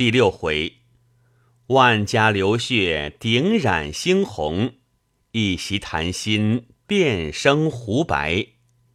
第6回，万家流血顶染猩红，一袭檀心变生胡白。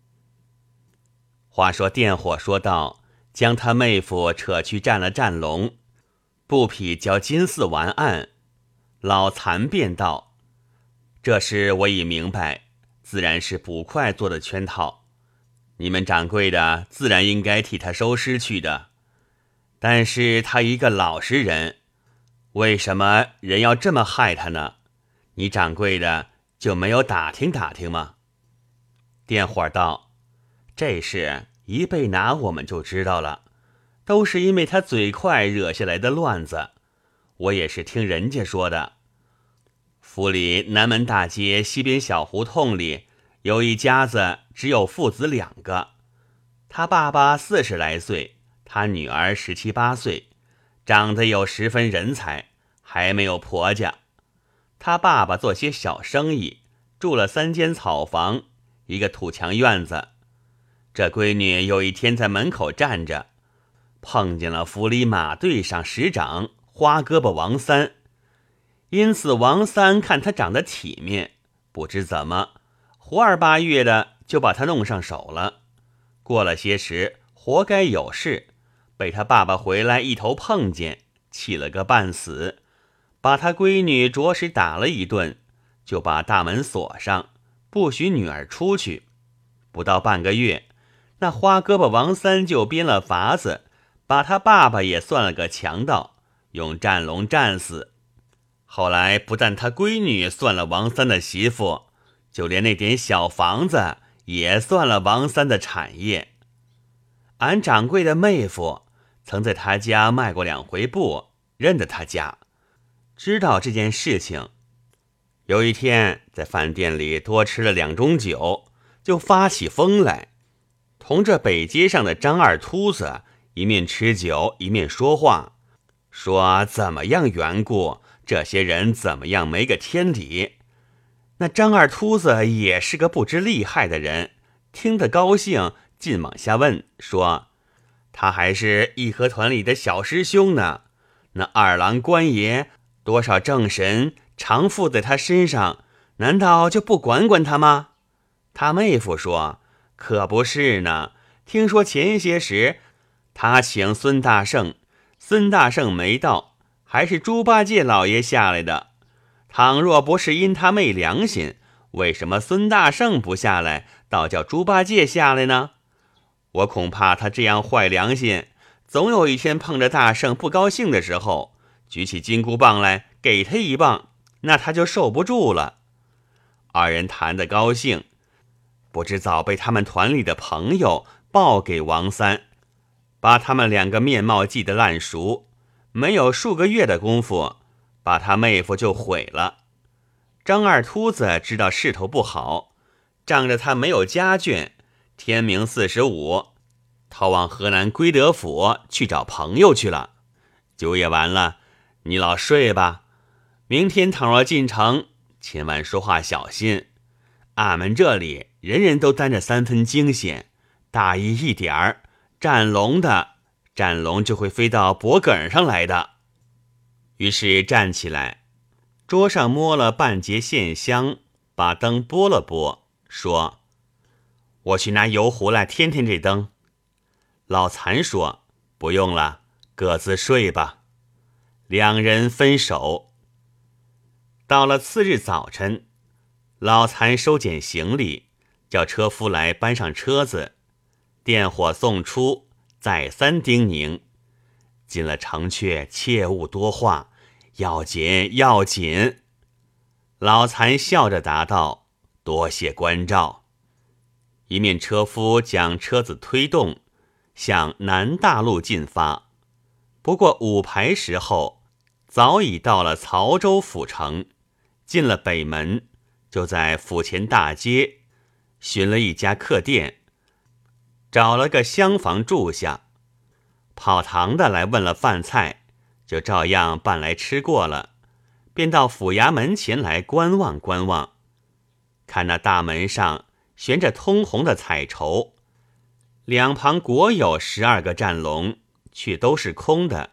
话说电火说道，将他妹夫扯去战了战龙，不匹交金四完案。老残便道：这事我已明白，自然是捕快做的圈套，你们掌柜的自然应该替他收尸去的。但是他一个老实人，为什么人要这么害他呢？你掌柜的就没有打听打听吗？电火道：这事一被拿我们就知道了，都是因为他嘴快惹下来的乱子。我也是听人家说的，府里南门大街西边小胡同里有一家子，只有父子2个，他爸爸40来岁，他女儿17、18岁，长得有10分人才，还没有婆家。他爸爸做些小生意，住了3间草房，一个土墙院子。这闺女有一天在门口站着，碰见了府里马队上10长花胳膊王三，因此王三看他长得体面，不知怎么胡2、8月的就把他弄上手了。过了些时，活该有事，被他爸爸回来一头碰见，气了个半死，把他闺女着实打了一顿，就把大门锁上，不许女儿出去。不到半个月，那花胳膊王三就编了法子，把他爸爸也算了个强盗，用战龙战死。后来不但他闺女算了王三的媳妇，就连那点小房子也算了王三的产业。俺掌柜的妹夫曾在他家卖过2回布，认得他家，知道这件事情。有一天在饭店里多吃了2盅酒，就发起疯来，同这北街上的张二秃子一面吃酒一面说话，说怎么样缘故，这些人怎么样没个天理。那张二秃子也是个不知厉害的人，听得高兴，尽往下问，说他还是义和团里的小师兄呢，那2郎官爷多少正神常附在他身上，难道就不管管他吗？他妹夫说可不是呢，听说前些时他请孙大圣，孙大圣没到，还是猪八戒老爷下来的。倘若不是因他昧良心，为什么孙大圣不下来，倒叫猪八戒下来呢？我恐怕他这样坏良心，总有一天碰着大圣不高兴的时候，举起金箍棒来给他一棒，那他就受不住了。2人谈得高兴，不知早被他们团里的朋友报给王三，把他们2个面貌记得烂熟，没有数个月的功夫，把他妹夫就毁了。张二秃子知道势头不好，仗着他没有家眷，天明45，逃往河南归德府去找朋友去了。酒也完了，你老睡吧，明天倘若进城，千万说话小心。俺们这里人人都担着3分惊险，大意一点儿，战龙就会飞到脖梗上来的。于是站起来，桌上摸了半截线香，把灯拨了拨，说我去拿油壶来添添这灯。老残说不用了，各自睡吧。2人分手。到了次日早晨，老残收捡行李，叫车夫来搬上车子，电火送出，再三叮咛，进了城阙切勿多话，要紧要紧。老残笑着答道：多谢关照。一面车夫将车子推动，向南大路进发。不过5排时候，早已到了曹州府城，进了北门，就在府前大街寻了一家客店，找了个厢房住下。跑堂的来问了饭菜，就照样办来吃过了，便到府衙门前来观望观望。看那大门上悬着通红的彩绸，2旁果有12个战龙，却都是空的，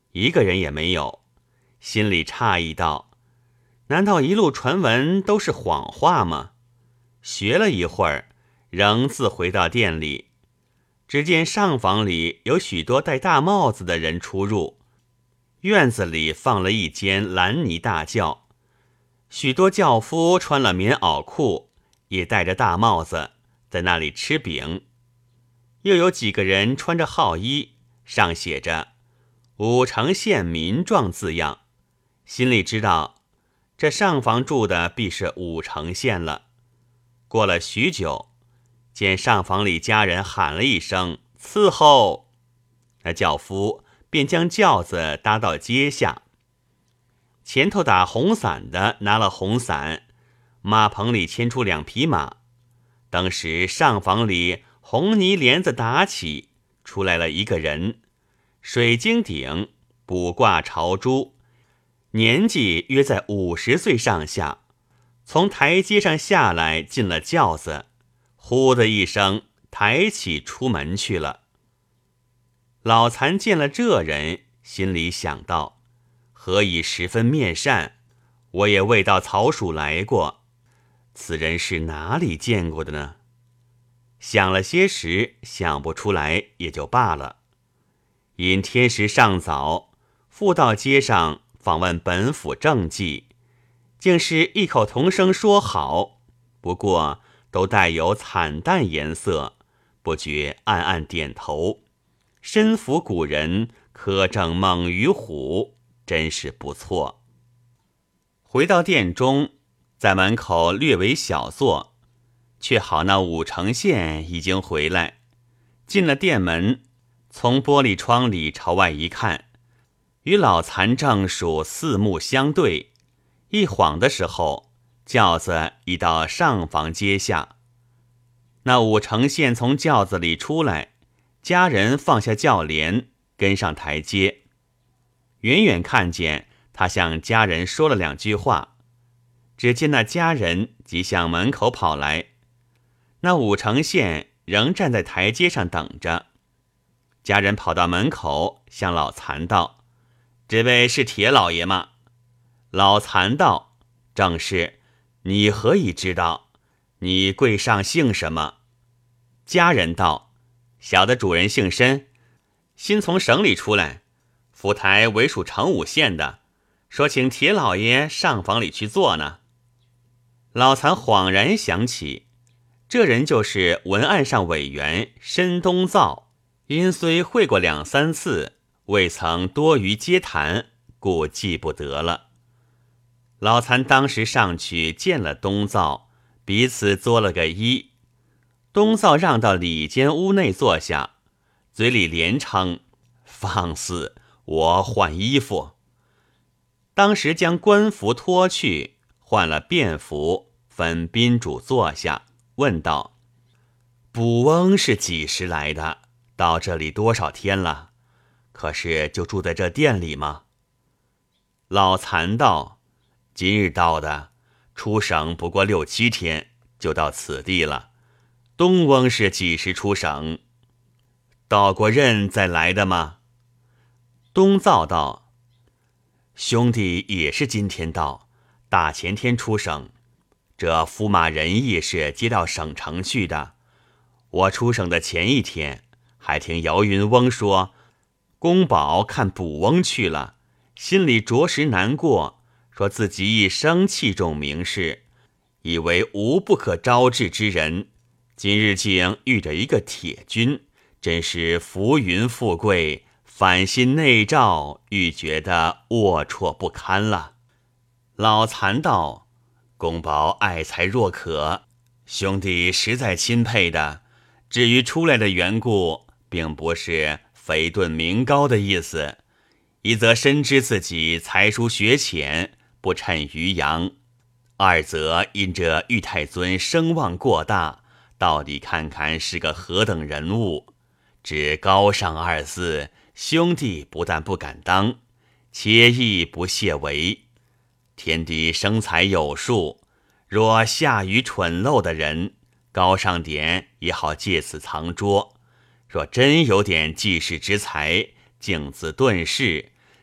一个人也没有，心里诧异道：难道一路传闻都是谎话吗？学了一会儿，仍自回到店里，只见上房里有许多戴大帽子的人出入，院子里放了一间蓝泥大轿，许多轿夫穿了棉袄裤，也戴着大帽子，在那里吃饼。又有几个人穿着号衣，上写着武城县民状字样，心里知道这上房住的必是武城县了。过了许久，见上房里家人喊了一声伺候，那轿夫便将轿子搭到阶下，前头打红伞的拿了红伞，马棚里牵出2匹马。当时上房里红泥帘子打起，出来了一个人，水晶顶，卜卦朝珠，年纪约在50岁上下，从台阶上下来，进了轿子，呼的一声抬起出门去了。老残见了这人，心里想到，何以十分面善，我也未到曹署来过，此人是哪里见过的呢？想了些时，想不出来，也就罢了。因天时尚早，复到街上访问本府政绩，竟是异口同声说好，不过都带有惨淡颜色，不觉暗暗点头，身服古人，苛政猛于虎，真是不错。回到店中，在门口略为小坐，却好那武城县已经回来。进了店门，从玻璃窗里朝外一看，与老残正属四目相对。一晃的时候，轿子已到上房阶下。那武城县从轿子里出来，家人放下轿帘，跟上台阶。远远看见他向家人说了2句话，只见那家人即向门口跑来，那武城县仍站在台阶上等着。家人跑到门口，向老残道：这位是铁老爷吗？老残道：正是。你何以知道？你柜上姓什么？家人道：小的主人姓申，新从省里出来，府台为属成武县的，说请铁老爷上房里去坐呢。老残恍然想起，这人就是文案上委员申东造，因虽会过2、3次，未曾多余接谈，故记不得了。老残当时上去见了东造，彼此作了个揖。东造让到里间屋内坐下，嘴里连称放肆，我换衣服。当时将官服脱去，换了便服，分宾主坐下，问道：卜翁是几时来的？到这里多少天了？可是就住在这店里吗？老残道：今日到的，出省不过6、7天，就到此地了。东翁是几时出省？到过任再来的吗？东造道：兄弟也是今天到，大前天出省。这驸马仁义是接到省城去的。我出省的前一天，还听姚云翁说，公宝看卜翁去了，心里着实难过，说自己一生器重名士，以为无不可招致之人，今日竟遇着一个铁军，真是浮云富贵，反心内照，愈觉得龌龊不堪了。老残道：公宝爱才若渴，兄弟实在钦佩的，至于出来的缘故，并不是肥顿名高的意思，一则深知自己才疏学浅，不称于阳；二则因这玉太尊声望过大，到底看看是个何等人物。只高尚2字，兄弟不但不敢当，且亦不屑为。天地生财有数，若下于蠢陋的人，高尚点也好借此藏拙。若真有点济世之才，敬字顿世，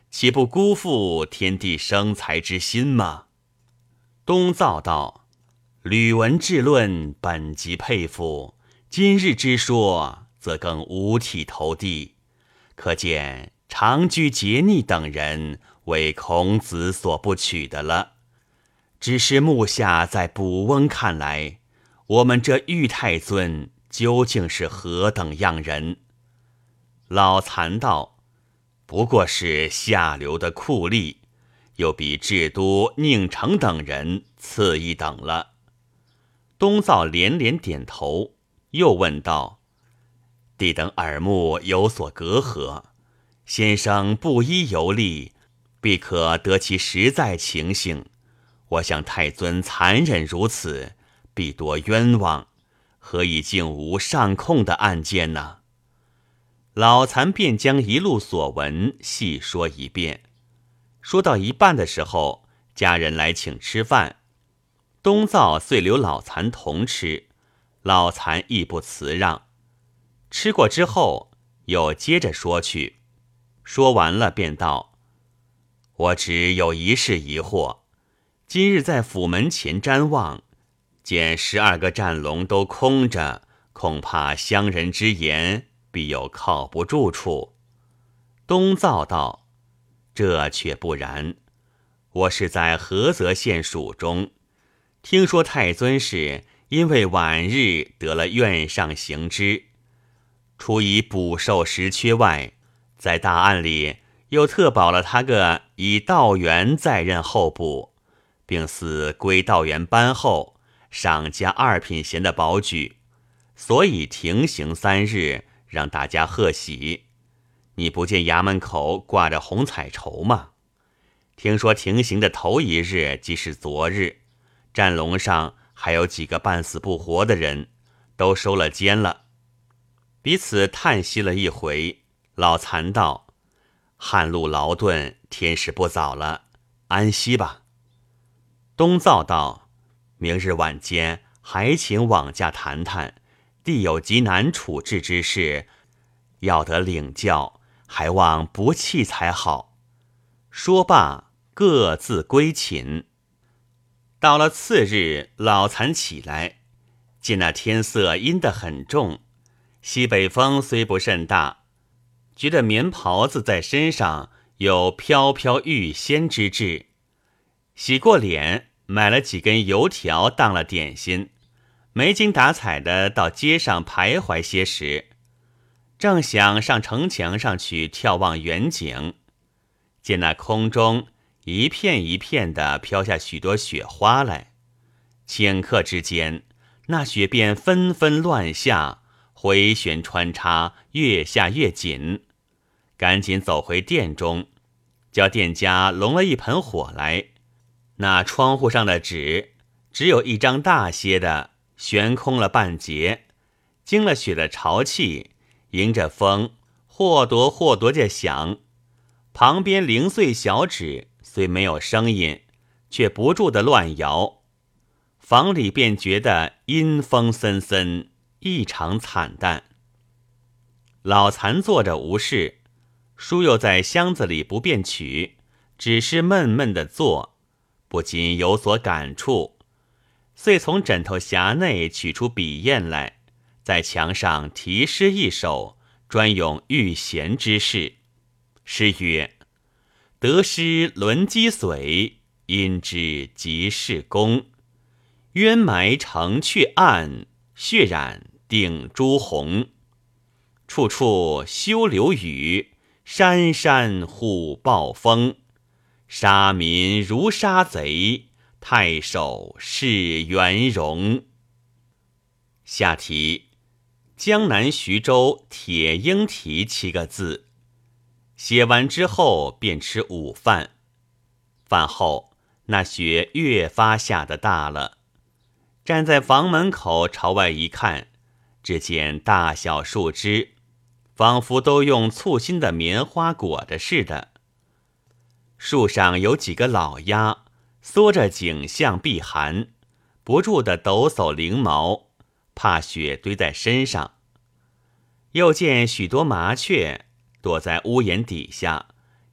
岂不辜负天地生财之心吗？东造道：吕文治论本即佩服，今日之说则更五体投地，可见长居桀逆等人为孔子所不取的了。只是目下在卜翁看来，我们这玉太尊究竟是何等样人？老残道：不过是下流的酷吏，又比智都宁城等人次一等了。东造连连点头，又问道：弟等耳目有所隔阂，先生不依游历，必可得其实在情形。我想太尊残忍如此，必多冤枉，何以竟无上控的案件呢？老残便将一路所闻细说一遍。说到一半的时候，家人来请吃饭，东造遂留老残同吃，老残亦不辞让。吃过之后，又接着说去，说完了便道：我只有一事疑惑，今日在府门前瞻望，见12个战笼都空着，恐怕乡人之言必有靠不住处。东造道：这却不然，我是在菏泽县署中，听说太尊是因为晚日得了院上行知，除以补授实缺外，在大案里又特保了他个以道员在任候补，并似归道员班后赏加2品衔的保举，所以停刑3日，让大家贺喜。你不见衙门口挂着红彩绸吗？听说停刑的头一日即是昨日，战笼上还有几个半死不活的人，都收了监了。彼此叹息了一回，老残道：旱路劳顿，天时不早了，安息吧。东造道：明日晚间还请往驾谈谈，弟有极难处置之事，要得领教，还望不弃才好。说罢，各自归寝。到了次日，老残起来，见那天色阴得很重，西北风虽不甚大，觉得棉袍子在身上有飘飘欲仙之志。洗过脸，买了几根油条当了点心，没精打采的到街上徘徊些时，正想上城墙上去眺望远景，见那空中一片一片的飘下许多雪花来，顷刻之间，那雪便纷纷乱下，回旋穿插，越下越紧。赶紧走回店中，叫店家笼了一盆火来，那窗户上的纸只有一张大些的，悬空了半截，经了雪的潮气，迎着风或夺或夺着响。旁边零碎小纸虽没有声音，却不住地乱摇。房里便觉得阴风森森，异常惨淡。老残坐着无事，书又在箱子里不便取，只是闷闷地坐，不禁有所感触，遂从枕头匣内取出笔砚来，在墙上题诗一首，专咏遇贤之事。诗曰：得失轮积髓，因之即是功。渊埋城阙暗，血染定朱红。处处休留雨，山山虎暴风。杀民如杀贼，太守是元荣。下题：江南徐州铁鹰蹄7个字。写完之后便吃午饭，饭后那雪越发下得大了。站在房门口朝外一看，只见大小树枝仿佛都用簇新的棉花裹着似的。树上有几个老鸦缩着颈项避寒，不住地抖擞翎毛，怕雪堆在身上。又见许多麻雀躲在屋檐底下，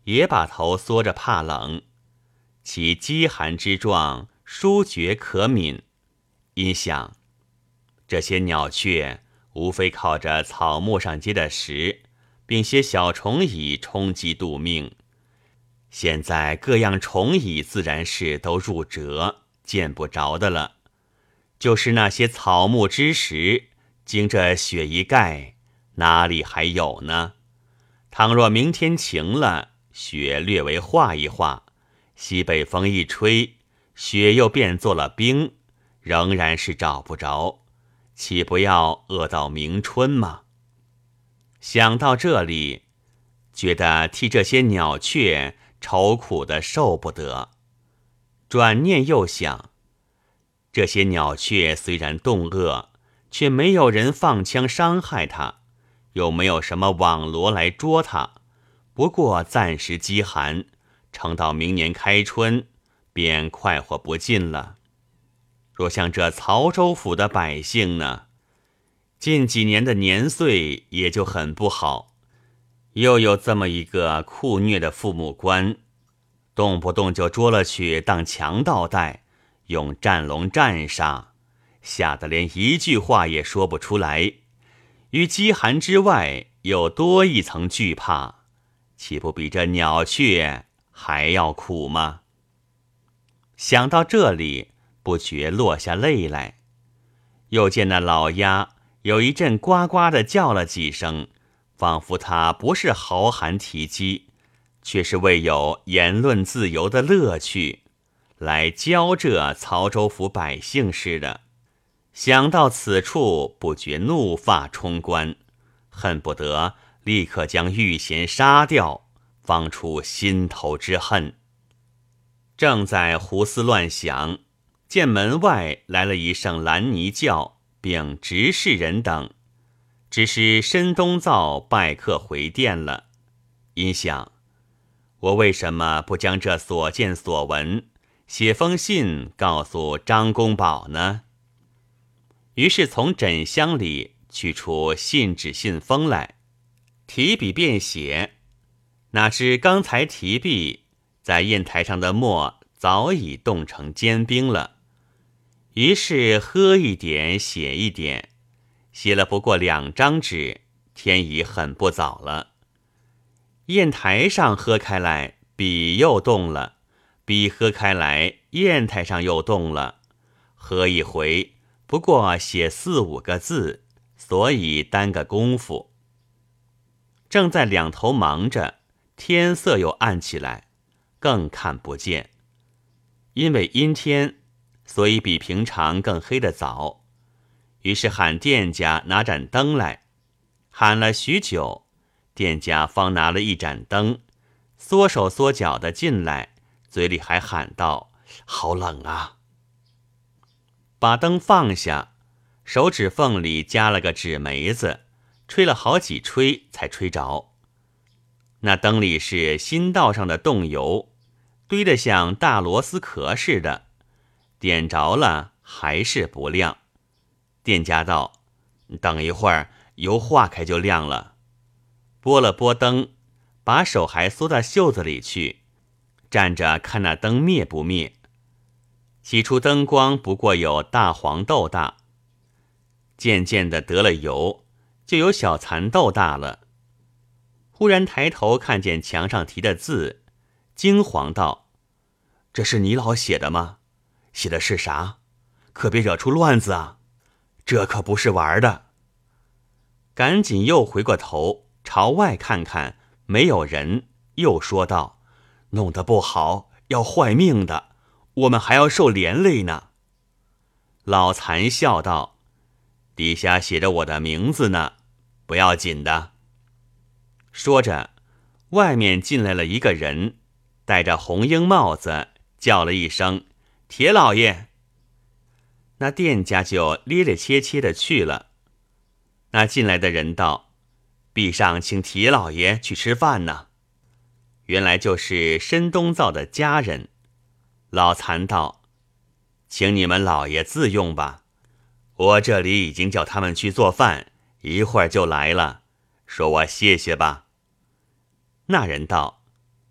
也把头缩着怕冷，其饥寒之状殊觉可悯。因想这些鸟雀无非靠着草木上结的食，并些小虫蚁充饥度命。现在各样虫蚁自然是都入蛰，见不着的了。就是那些草木之食，经这雪一盖，哪里还有呢？倘若明天晴了，雪略微化一化，西北风一吹，雪又变作了冰，仍然是找不着，岂不要饿到明春吗？想到这里，觉得替这些鸟雀愁苦的受不得。转念又想，这些鸟雀虽然冻饿，却没有人放枪伤害它，又没有什么网罗来捉它，不过暂时饥寒，撑到明年开春，便快活不尽了。若像这曹州府的百姓呢，近几年的年岁也就很不好，又有这么一个酷虐的父母官，动不动就捉了去当强盗带，用战笼战杀，吓得连一句话也说不出来。于饥寒之外又多一层惧怕，岂不比这鸟雀还要苦吗？想到这里，不觉落下泪来。又见那老鸭有一阵呱呱地叫了几声，仿佛它不是豪寒啼饥，却是为有言论自由的乐趣，来教这曹州府百姓似的。想到此处，不觉怒发冲冠，恨不得立刻将玉贤杀掉，方出心头之恨。正在胡思乱想，见门外来了一声兰泥轿，并执事人等，只是申东灶拜客回殿了。因想，我为什么不将这所见所闻写封信告诉张公宝呢？于是从枕箱里取出信纸信封来，提笔便写。哪知刚才提笔，在砚台上的墨早已冻成坚冰了。于是喝一点写一点，写了不过2张纸，天已很不早了。砚台上喝开来，笔又动了；笔喝开来，砚台上又动了。喝一回，不过写4、5个字，所以耽个功夫。正在两头忙着，天色又暗起来，更看不见。因为阴天，所以比平常更黑得早。于是喊店家拿盏灯来，喊了许久，店家方拿了一盏灯，缩手缩脚的进来，嘴里还喊道：“好冷啊！”把灯放下，手指缝里夹了个纸梅子，吹了好几吹才吹着。那灯里是新道上的冻油，堆得像大螺丝壳似的，点着了还是不亮。店家道：“等一会儿油化开就亮了。”拨了拨灯，把手还缩到袖子里去，站着看那灯灭不灭。起初灯光不过有大黄豆大，渐渐的得了油，就有小蚕豆大了。忽然抬头看见墙上题的字，惊惶道：“这是你老写的吗？写的是啥？可别惹出乱子啊！这可不是玩的。”赶紧又回过头朝外看看，没有人，又说道：“弄得不好，要坏命的，我们还要受连累呢。”老残笑道：“底下写着我的名字呢，不要紧的。”说着，外面进来了一个人，戴着红缨帽子，叫了一声：“铁老爷。”那店家就咧咧切切的去了。那进来的人道：“壁上请铁老爷去吃饭呢。”原来就是申东灶的家人。老残道：“请你们老爷自用吧，我这里已经叫他们去做饭，一会儿就来了，说我谢谢吧。”那人道：“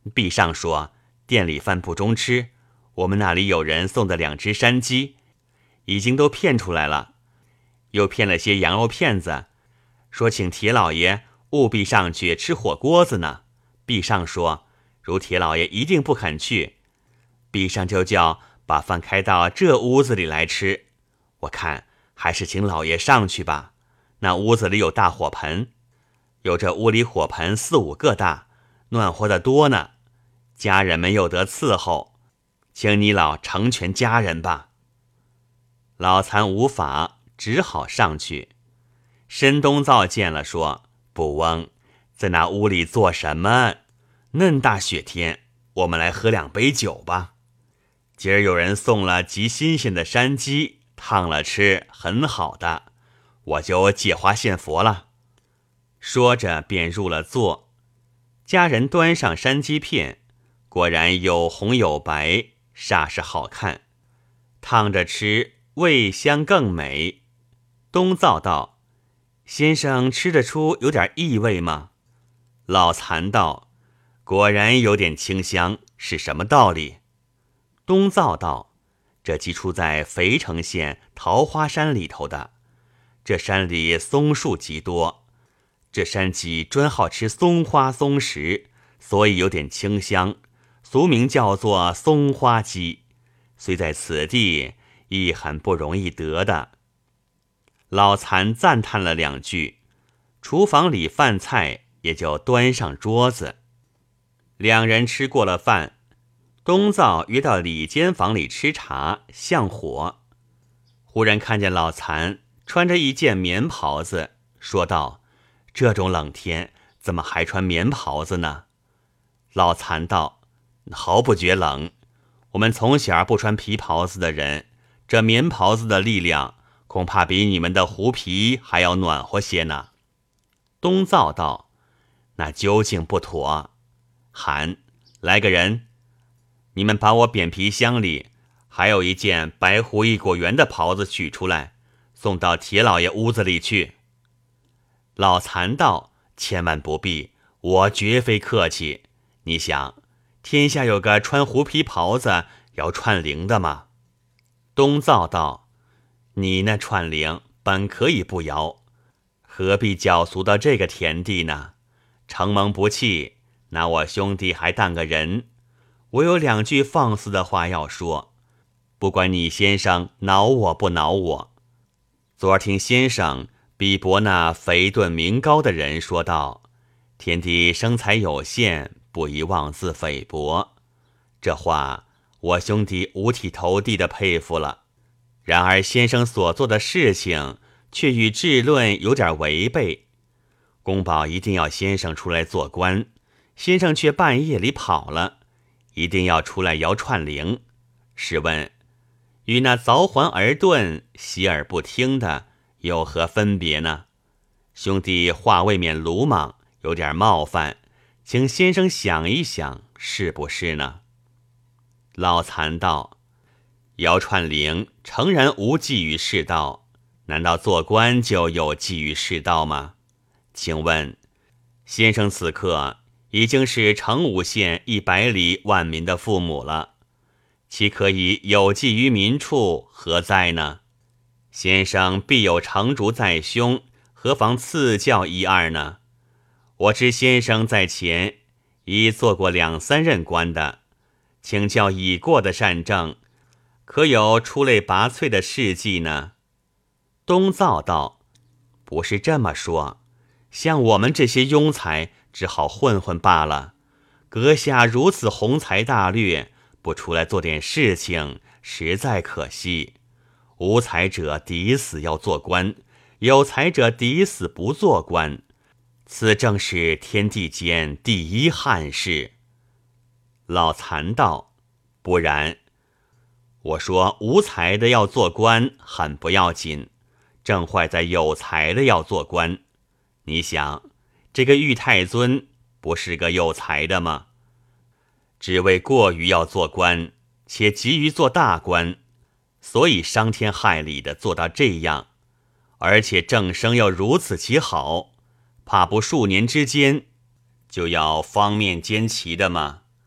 壁上说店里饭不中吃，我们那里有人送的2只山鸡，已经都骗出来了，又骗了些羊肉片子，说请铁老爷务必上去吃火锅子呢。壁上说如铁老爷一定不肯去，壁上就叫把饭开到这屋子里来吃。我看还是请老爷上去吧，那屋子里有大火盆，有这屋里火盆4、5个大，暖和的多呢。家人们又得伺候，请你老成全家人吧。老残无法，只好上去。申东造见了，说：不翁，在那屋里做什么？嫩大雪天，我们来喝2杯酒吧。今儿有人送了极新鲜的山鸡，烫了吃，很好的，我就借花献佛了。说着便入了座。家人端上山鸡片，果然有红有白，煞是好看，烫着吃，味香更美。东造道：先生吃得出有点异味吗？老残道：果然有点清香，是什么道理？东造道：这鸡出在肥城县桃花山里头的，这山里松树极多，这山鸡专好吃松花松石，所以有点清香，俗名叫做松花鸡，虽在此地亦很不容易得的。老残赞叹了2句，厨房里饭菜也就端上桌子。2人吃过了饭，东造约到里间房里吃茶向火。忽然看见老残穿着一件棉袍子，说道：这种冷天怎么还穿棉袍子呢？老残道：毫不觉冷，我们从小不穿皮袍子的人，这棉袍子的力量恐怕比你们的狐皮还要暖和些呢。东造道：那究竟不妥。喊来个人，你们把我扁皮箱里还有一件白狐一果园的袍子取出来，送到铁老爷屋子里去。老残道：千万不必，我绝非客气。你想，天下有个穿狐皮袍子摇串铃的吗？东造道：你那串铃本可以不摇，何必矫俗到这个田地呢？承蒙不弃，拿我兄弟还当个人。我有2句放肆的话要说，不管你先生恼我不恼我。昨儿听先生比驳那肥钝名高的人说道：天地生财有限，不宜妄自菲薄。这话我兄弟五体投地的佩服了。然而先生所做的事情却与治论有点违背。公保一定要先生出来做官，先生却半夜里跑了，一定要出来摇串铃。试问与那凿环而遁洗耳不听的有何分别呢？兄弟话未免鲁莽，有点冒犯，请先生想一想，是不是呢？老残道：摇串铃诚然无济于世道，难道做官就有济于世道吗？请问先生此刻已经是成武县100里万民的父母了，岂可以有济于民处，何在呢？先生必有成竹在胸，何妨赐教1、2呢？我知先生在前已做过2、3任官的，请教已过的善政，可有出类拔萃的事迹呢？东造道：不是这么说，像我们这些庸才只好混混罢了。阁下如此宏才大略，不出来做点事情，实在可惜。无才者抵死要做官，有才者抵死不做官，此正是天地间第一憾事。老残道：不然，我说无才的要做官很不要紧，正坏在有才的要做官。你想，这个玉太尊不是个有才的吗？只为过于要做官，且急于做大官，所以伤天害理的做到这样，而且正生又如此其好，怕不数年之间就要方面兼齐的吗？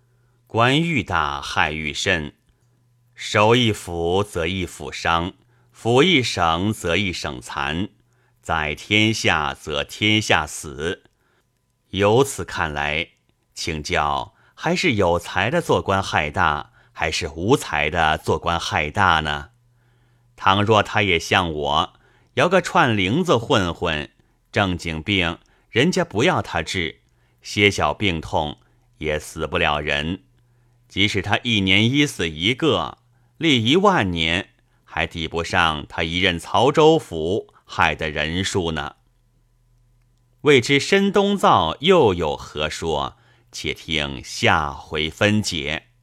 官愈大，害愈甚。守一府则一府伤，抚一省则一省残，在天下则天下死。由此看来，请教还是有才的做官害大，还是无才的做官害大呢？倘若他也像我，摇个串铃子混混，正经病人家不要他治，些小病痛也死不了人。即使他一年医死一个，历10000年，还抵不上他一任曹州府害的人数呢。未知申东造又有何说？且听下回分解。